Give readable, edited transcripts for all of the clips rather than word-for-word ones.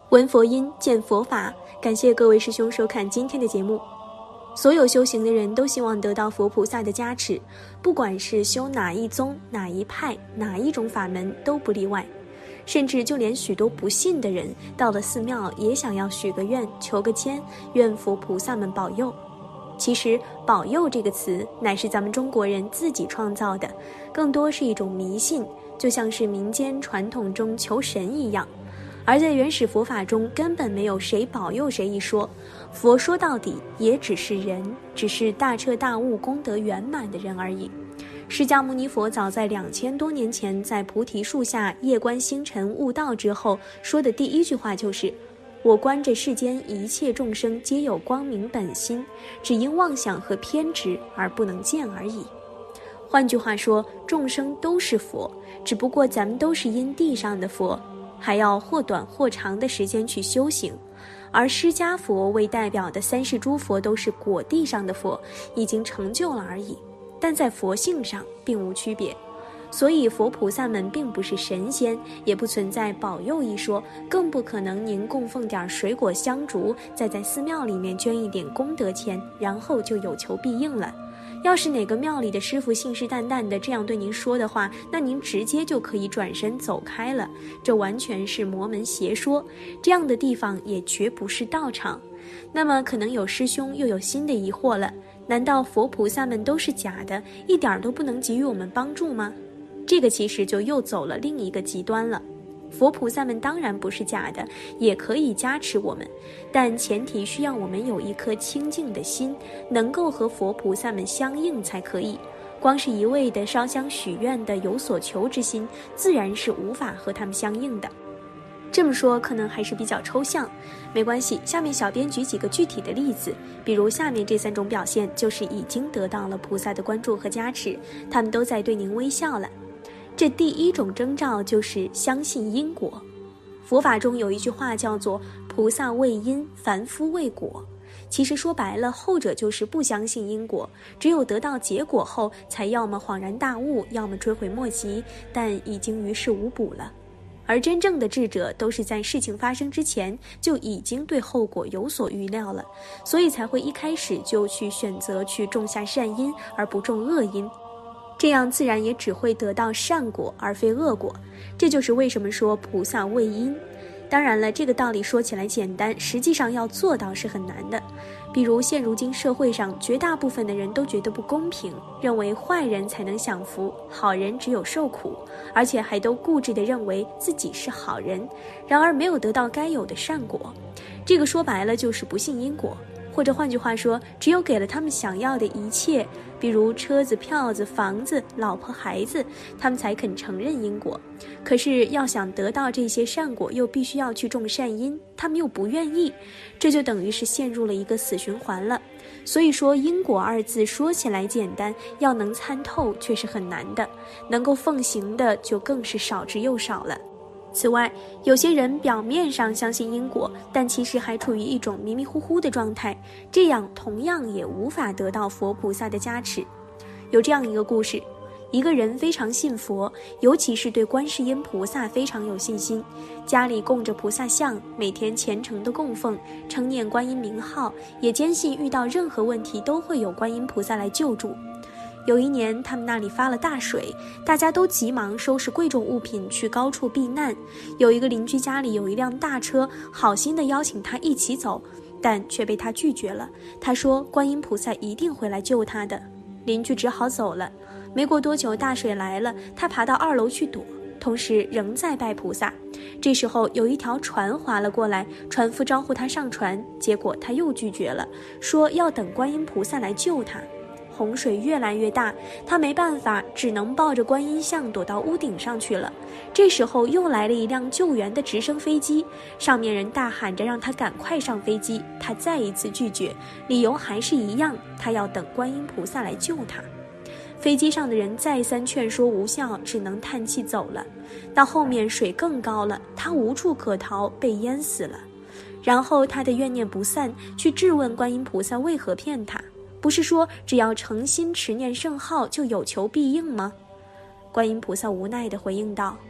闻佛音，见佛法。感谢各位师兄收看今天的节目。所有修行的人都希望得到佛菩萨的加持，不管是修哪一宗、哪一派、哪一种法门都不例外。甚至就连许多不信的人到了寺庙也想要许个愿、求个签，愿佛菩萨们保佑。其实保佑这个词乃是咱们中国人自己创造的，更多是一种迷信，就像是民间传统中求神一样。而在原始佛法中根本没有谁保佑谁一说，佛说到底也只是人，只是大彻大悟功德圆满的人而已。释迦牟尼佛早在2000多年前在菩提树下夜观星辰悟道之后说的第一句话就是：我观这世间一切众生皆有光明本心，只因妄想和偏执而不能见而已。换句话说，众生都是佛，只不过咱们都是因地上的佛，还要或短或长的时间去修行。而释迦佛为代表的三世诸佛都是果地上的佛，已经成就了而已，但在佛性上并无区别。所以佛菩萨们并不是神仙，也不存在保佑一说，更不可能您供奉点水果香烛，再在寺庙里面捐一点功德钱，然后就有求必应了。要是哪个庙里的师傅信誓旦旦的这样对您说的话，那您直接就可以转身走开了，这完全是魔门邪说，这样的地方也绝不是道场。那么可能有师兄又有新的疑惑了，难道佛菩萨们都是假的，一点都不能给予我们帮助吗？这个其实就又走了另一个极端了。佛菩萨们当然不是假的，也可以加持我们，但前提需要我们有一颗清净的心，能够和佛菩萨们相应才可以。光是一味的烧香许愿的有所求之心，自然是无法和他们相应的。这么说可能还是比较抽象，没关系，下面小编举几个具体的例子，比如下面这3种表现就是已经得到了菩萨的关注和加持，他们都在对您微笑了。这第一种征兆就是相信因果。佛法中有一句话叫做菩萨为因，凡夫为果。其实说白了，后者就是不相信因果，只有得到结果后才要么恍然大悟，要么追悔莫及，但已经于事无补了。而真正的智者都是在事情发生之前就已经对后果有所预料了，所以才会一开始就去选择去种下善因而不种恶因，这样自然也只会得到善果而非恶果。这就是为什么说菩萨为因。当然了，这个道理说起来简单，实际上要做到是很难的。比如现如今社会上绝大部分的人都觉得不公平，认为坏人才能享福，好人只有受苦，而且还都固执地认为自己是好人，然而没有得到该有的善果。这个说白了就是不信因果，或者换句话说，只有给了他们想要的一切，比如车子、票子、房子、老婆、孩子，他们才肯承认因果。可是要想得到这些善果，又必须要去种善因，他们又不愿意，这就等于是陷入了一个死循环了。所以说因果二字说起来简单，要能参透却是很难的，能够奉行的就更是少之又少了。此外，有些人表面上相信因果，但其实还处于一种迷迷糊糊的状态，这样同样也无法得到佛菩萨的加持。有这样一个故事，一个人非常信佛，尤其是对观世音菩萨非常有信心，家里供着菩萨像，每天虔诚的供奉，称念观音名号，也坚信遇到任何问题都会有观音菩萨来救助。有一年他们那里发了大水，大家都急忙收拾贵重物品去高处避难。有一个邻居家里有一辆大车，好心的邀请他一起走，但却被他拒绝了。他说观音菩萨一定会来救他的。邻居只好走了。没过多久大水来了，他爬到2楼去躲，同时仍在拜菩萨。这时候有一条船划了过来，船夫招呼他上船，结果他又拒绝了，说要等观音菩萨来救他。洪水越来越大，他没办法，只能抱着观音像躲到屋顶上去了。这时候又来了一辆救援的直升飞机，上面人大喊着让他赶快上飞机，他再一次拒绝，理由还是一样，他要等观音菩萨来救他。飞机上的人再三劝说无效，只能叹气走了。到后面水更高了，他无处可逃，被淹死了。然后他的怨念不散，去质问观音菩萨为何骗他，不是说只要诚心持念圣号就有求必应吗？观音菩萨无奈地回应道：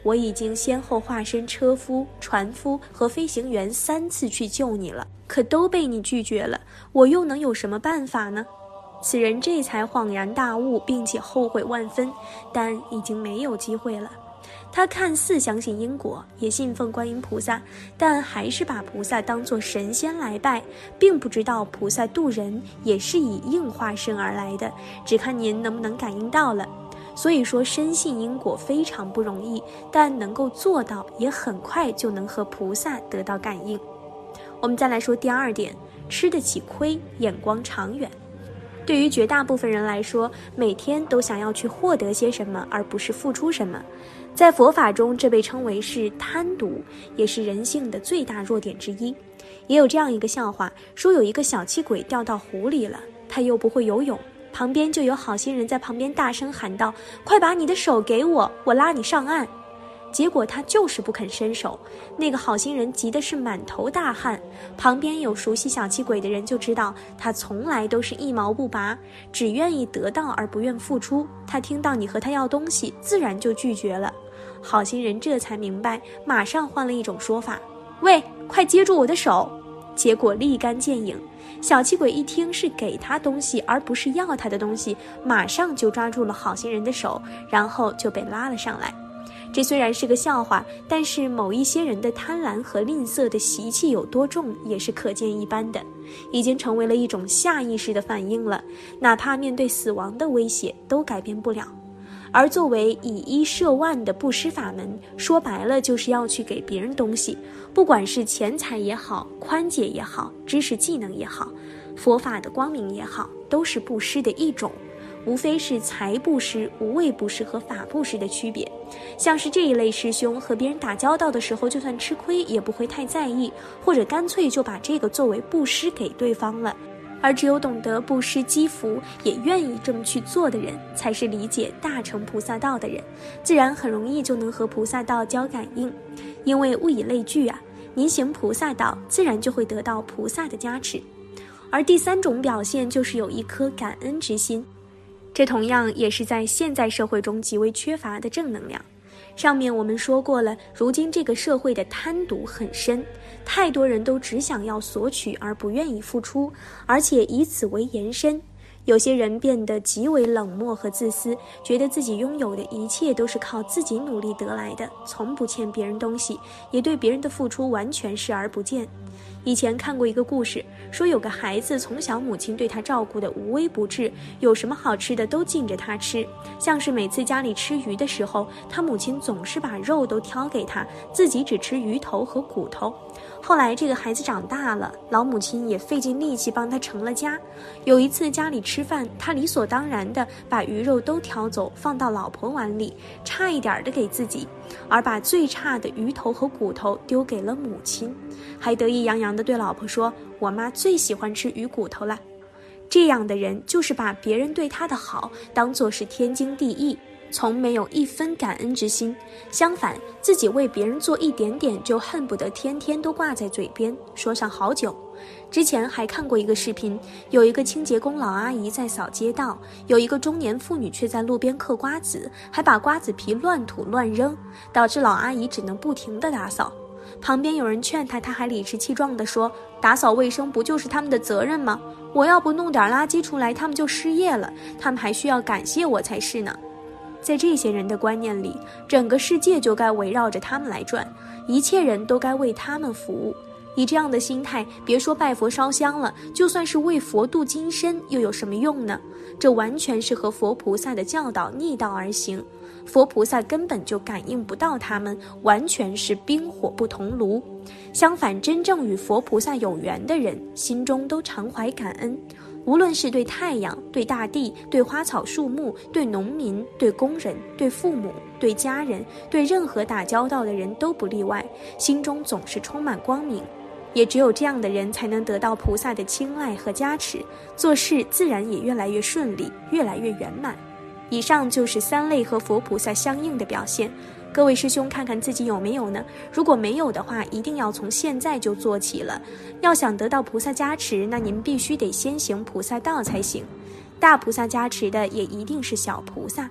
我已经先后化身车夫、船夫和飞行员3次去救你了，可都被你拒绝了，我又能有什么办法呢？此人这才恍然大悟，并且后悔万分，但已经没有机会了。他看似相信因果，也信奉观音菩萨，但还是把菩萨当作神仙来拜，并不知道菩萨渡人也是以应化身而来的，只看您能不能感应到了。所以说深信因果非常不容易，但能够做到也很快就能和菩萨得到感应。我们再来说第2点，吃得起亏，眼光长远。对于绝大部分人来说，每天都想要去获得些什么，而不是付出什么。在佛法中，这被称为是贪渎，也是人性的最大弱点之一。也有这样一个笑话，说有一个小气鬼掉到湖里了，他又不会游泳，旁边就有好心人在旁边大声喊道：快把你的手给我，我拉你上岸。结果他就是不肯伸手，那个好心人急的是满头大汗，旁边有熟悉小气鬼的人就知道他从来都是一毛不拔，只愿意得到而不愿付出，他听到你和他要东西自然就拒绝了。好心人这才明白，马上换了一种说法：喂，快接住我的手。结果立竿见影，小气鬼一听是给他东西而不是要他的东西，马上就抓住了好心人的手，然后就被拉了上来。这虽然是个笑话，但是某一些人的贪婪和吝啬的习气有多重，也是可见一斑的，已经成为了一种下意识的反应了，哪怕面对死亡的威胁都改变不了。而作为以一摄万的布施法门，说白了就是要去给别人东西，不管是钱财也好，宽解也好，知识技能也好，佛法的光明也好，都是布施的一种，无非是财布施、无畏布施和法布施的区别。像是这一类师兄和别人打交道的时候，就算吃亏也不会太在意，或者干脆就把这个作为布施给对方了。而只有懂得布施积福，也愿意这么去做的人，才是理解大乘菩萨道的人，自然很容易就能和菩萨道交感应。因为物以类聚啊，您行菩萨道，自然就会得到菩萨的加持。而第3种表现就是有一颗感恩之心，这同样也是在现在社会中极为缺乏的正能量。上面我们说过了，如今这个社会的贪渎很深，太多人都只想要索取而不愿意付出，而且以此为延伸，有些人变得极为冷漠和自私，觉得自己拥有的一切都是靠自己努力得来的，从不欠别人东西，也对别人的付出完全视而不见。以前看过一个故事，说有个孩子从小母亲对他照顾的无微不至，有什么好吃的都尽着他吃，像是每次家里吃鱼的时候，他母亲总是把肉都挑给他，自己只吃鱼头和骨头。后来这个孩子长大了，老母亲也费尽力气帮他成了家。有一次家里吃饭，他理所当然地把鱼肉都挑走，放到老婆碗里，差一点的给自己，而把最差的鱼头和骨头丢给了母亲，还得意洋洋地对老婆说：我妈最喜欢吃鱼骨头了。这样的人就是把别人对他的好当作是天经地义，从没有一分感恩之心，相反自己为别人做一点点就恨不得天天都挂在嘴边，说上好久。之前还看过一个视频，有一个清洁工老阿姨在扫街道，有一个中年妇女却在路边嗑瓜子，还把瓜子皮乱吐乱扔，导致老阿姨只能不停地打扫。旁边有人劝她，她还理直气壮地说：打扫卫生不就是他们的责任吗？我要不弄点垃圾出来，他们就失业了，他们还需要感谢我才是呢。在这些人的观念里，整个世界就该围绕着他们来转，一切人都该为他们服务。以这样的心态，别说拜佛烧香了，就算是为佛度金身，又有什么用呢？这完全是和佛菩萨的教导逆道而行，佛菩萨根本就感应不到他们，完全是冰火不同炉。相反，真正与佛菩萨有缘的人，心中都常怀感恩，无论是对太阳、对大地、对花草树木、对农民、对工人、对父母、对家人、对任何打交道的人都不例外，心中总是充满光明。也只有这样的人才能得到菩萨的青睐和加持，做事自然也越来越顺利，越来越圆满。以上就是3类和佛菩萨相应的表现，各位师兄看看自己有没有呢？如果没有的话，一定要从现在就做起了。要想得到菩萨加持，那您必须得先行菩萨道才行。大菩萨加持的也一定是小菩萨。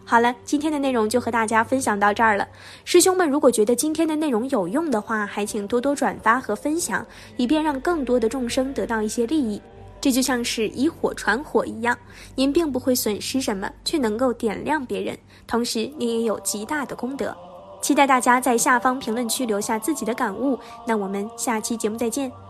好了，今天的内容就和大家分享到这儿了。师兄们如果觉得今天的内容有用的话，还请多多转发和分享，以便让更多的众生得到一些利益。这就像是以火传火一样，您并不会损失什么，却能够点亮别人，同时您也有极大的功德。期待大家在下方评论区留下自己的感悟，那我们下期节目再见。